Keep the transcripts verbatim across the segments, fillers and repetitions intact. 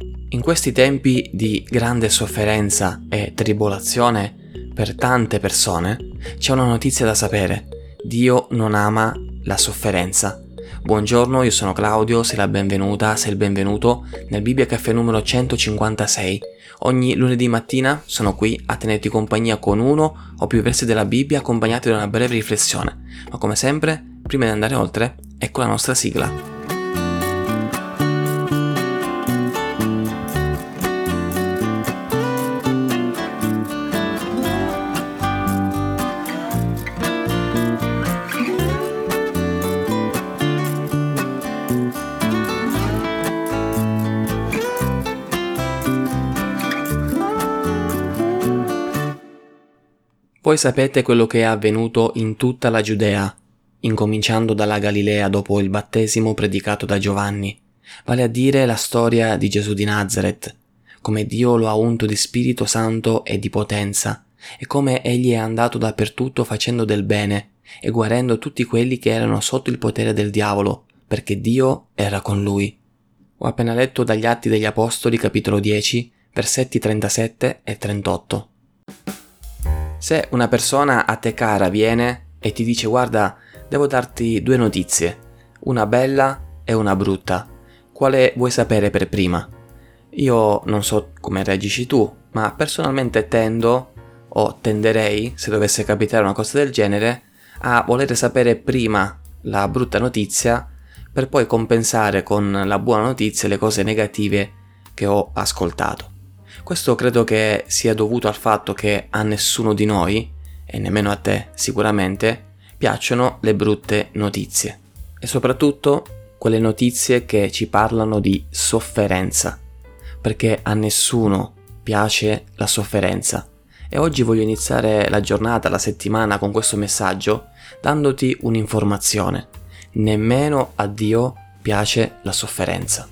In questi tempi di grande sofferenza e tribolazione per tante persone, c'è una notizia da sapere. Dio non ama la sofferenza. Buongiorno, io sono Claudio, sei la benvenuta, sei il benvenuto nel Bibbia Caffè numero centocinquantasei. Ogni lunedì mattina sono qui a tenerti compagnia con uno o più versi della Bibbia accompagnati da una breve riflessione. Ma come sempre, prima di andare oltre, ecco la nostra sigla. Voi sapete quello che è avvenuto in tutta la Giudea, incominciando dalla Galilea dopo il battesimo predicato da Giovanni, vale a dire la storia di Gesù di Nazaret, come Dio lo ha unto di Spirito Santo e di potenza, e come egli è andato dappertutto facendo del bene e guarendo tutti quelli che erano sotto il potere del diavolo, perché Dio era con lui. Ho appena letto dagli Atti degli Apostoli, capitolo dieci, versetti trentasette e trentotto. Se una persona a te cara viene e ti dice guarda, devo darti due notizie, una bella e una brutta, quale vuoi sapere per prima? Io non so come reagisci tu, ma personalmente tendo o tenderei, se dovesse capitare una cosa del genere, a voler sapere prima la brutta notizia per poi compensare con la buona notizia le cose negative che ho ascoltato. Questo credo che sia dovuto al fatto che a nessuno di noi, e nemmeno a te sicuramente, piacciono le brutte notizie. E soprattutto quelle notizie che ci parlano di sofferenza, perché a nessuno piace la sofferenza. E oggi voglio iniziare la giornata, la settimana con questo messaggio, dandoti un'informazione. Nemmeno a Dio piace la sofferenza.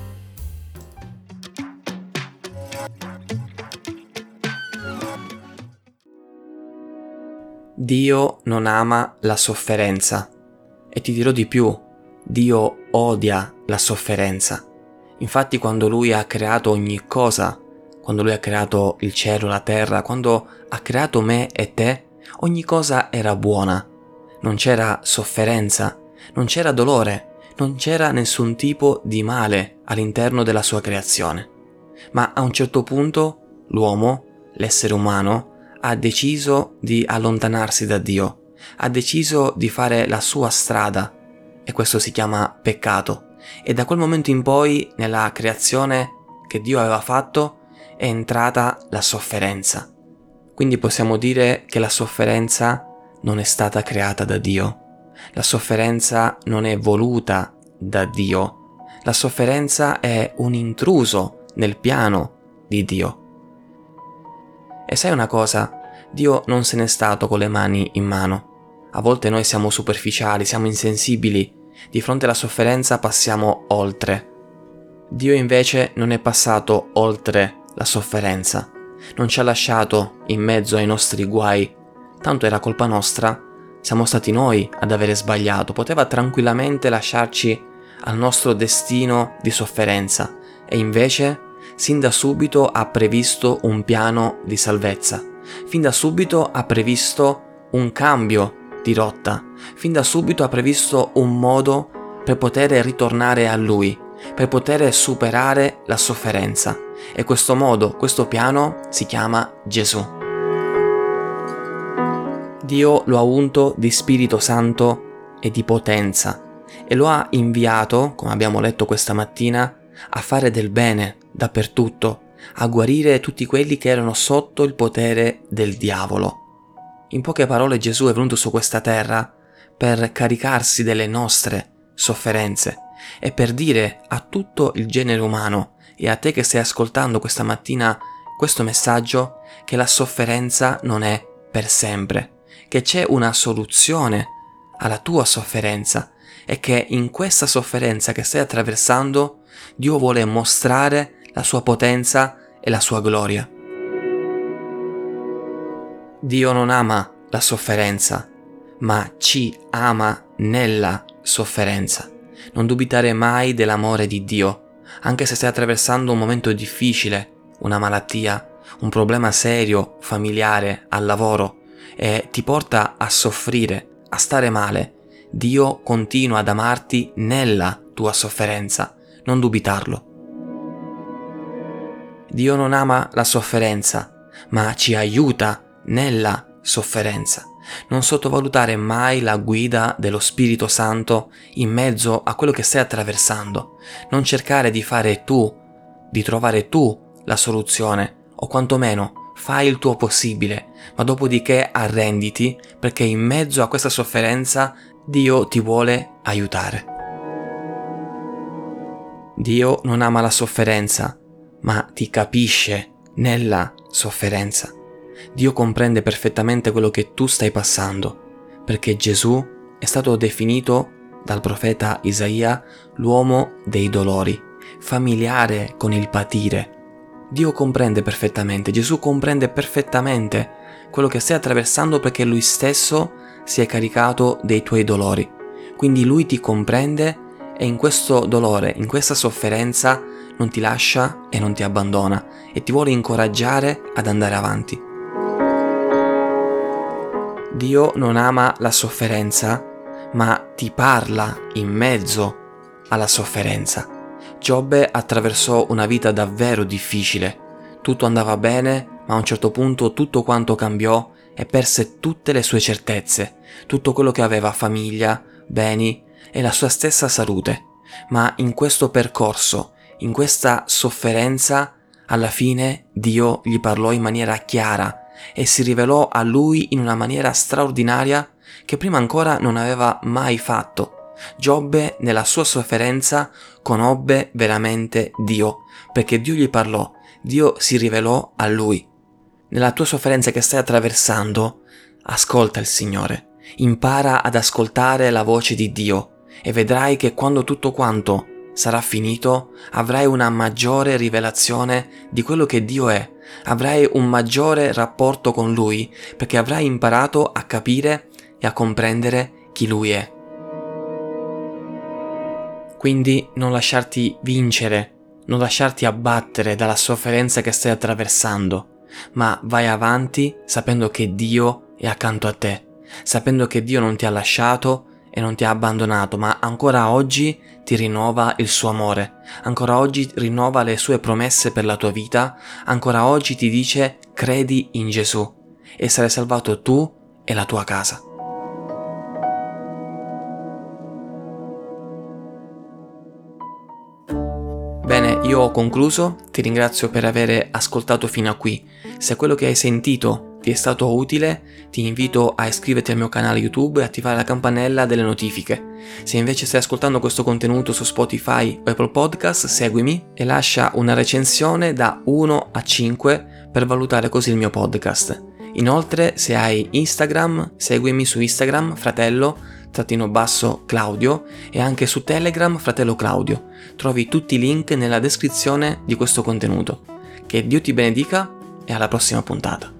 Dio non ama la sofferenza e ti dirò di più, Dio odia la sofferenza. Infatti quando Lui ha creato ogni cosa, quando Lui ha creato il cielo, la terra, quando ha creato me e te, ogni cosa era buona. Non c'era sofferenza, non c'era dolore, non c'era nessun tipo di male all'interno della sua creazione. Ma a un certo punto l'uomo, l'essere umano, ha deciso di allontanarsi da Dio, ha deciso di fare la sua strada e questo si chiama peccato. E da quel momento in poi nella creazione che Dio aveva fatto è entrata la sofferenza. Quindi possiamo dire che la sofferenza non è stata creata da Dio, la sofferenza non è voluta da Dio, la sofferenza è un intruso nel piano di Dio. E sai una cosa? Dio non se n'è stato con le mani in mano. A volte noi siamo superficiali, siamo insensibili. Di fronte alla sofferenza passiamo oltre. Dio invece non è passato oltre la sofferenza. Non ci ha lasciato in mezzo ai nostri guai. Tanto era colpa nostra. Siamo stati noi ad avere sbagliato. Poteva tranquillamente lasciarci al nostro destino di sofferenza. E invece sin da subito ha previsto un piano di salvezza. Fin da subito ha previsto un cambio di rotta. Fin da subito ha previsto un modo per poter ritornare a Lui, per poter superare la sofferenza. E questo modo, questo piano si chiama Gesù. Dio lo ha unto di Spirito Santo e di potenza e lo ha inviato, come abbiamo letto questa mattina, a fare del bene dappertutto, a guarire tutti quelli che erano sotto il potere del diavolo. In poche parole Gesù è venuto su questa terra per caricarsi delle nostre sofferenze e per dire a tutto il genere umano e a te che stai ascoltando questa mattina questo messaggio che la sofferenza non è per sempre, che c'è una soluzione alla tua sofferenza e che in questa sofferenza che stai attraversando Dio vuole mostrare la sua potenza e la sua gloria. Dio non ama la sofferenza, ma ci ama nella sofferenza. Non dubitare mai dell'amore di Dio, anche se stai attraversando un momento difficile, una malattia, un problema serio, familiare, al lavoro, e ti porta a soffrire, a stare male, Dio continua ad amarti nella tua sofferenza, non dubitarlo. Dio non ama la sofferenza, ma ci aiuta nella sofferenza. Non sottovalutare mai la guida dello Spirito Santo in mezzo a quello che stai attraversando. Non cercare di fare tu, di trovare tu la soluzione, o quantomeno fai il tuo possibile, ma dopodiché arrenditi, perché in mezzo a questa sofferenza Dio ti vuole aiutare. Dio non ama la sofferenza, ma ti capisce nella sofferenza. Dio comprende perfettamente quello che tu stai passando, perché Gesù è stato definito dal profeta Isaia l'uomo dei dolori, familiare con il patire. Dio comprende perfettamente, Gesù comprende perfettamente quello che stai attraversando, perché Lui stesso si è caricato dei tuoi dolori. Quindi Lui ti comprende e in questo dolore, in questa sofferenza, non ti lascia e non ti abbandona e ti vuole incoraggiare ad andare avanti. Dio non ama la sofferenza, ma ti parla in mezzo alla sofferenza. Giobbe attraversò una vita davvero difficile. Tutto andava bene, ma a un certo punto tutto quanto cambiò e perse tutte le sue certezze, tutto quello che aveva, famiglia, beni e la sua stessa salute. Ma in questo percorso, in questa sofferenza, alla fine Dio gli parlò in maniera chiara e si rivelò a lui in una maniera straordinaria che prima ancora non aveva mai fatto. Giobbe nella sua sofferenza conobbe veramente Dio, perché Dio gli parlò, Dio si rivelò a lui. Nella tua sofferenza che stai attraversando, ascolta il Signore, impara ad ascoltare la voce di Dio e vedrai che quando tutto quanto sarà finito, avrai una maggiore rivelazione di quello che Dio è, avrai un maggiore rapporto con Lui, perché avrai imparato a capire e a comprendere chi Lui è. Quindi non lasciarti vincere, non lasciarti abbattere dalla sofferenza che stai attraversando, ma vai avanti sapendo che Dio è accanto a te, sapendo che Dio non ti ha lasciato e non ti ha abbandonato, ma ancora oggi ti rinnova il suo amore, ancora oggi rinnova le sue promesse per la tua vita, ancora oggi ti dice credi in Gesù e sarai salvato tu e la tua casa. Bene, io ho concluso, ti ringrazio per aver ascoltato fino a qui. Se quello che hai sentito ti è stato utile, ti invito a iscriverti al mio canale YouTube e attivare la campanella delle notifiche. Se invece stai ascoltando questo contenuto su Spotify o Apple Podcast, seguimi e lascia una recensione da uno a cinque per valutare così il mio podcast. Inoltre, se hai Instagram, seguimi su Instagram, fratello trattino basso Claudio, e anche su Telegram, fratello Claudio. Trovi tutti i link nella descrizione di questo contenuto. Che Dio ti benedica e alla prossima puntata.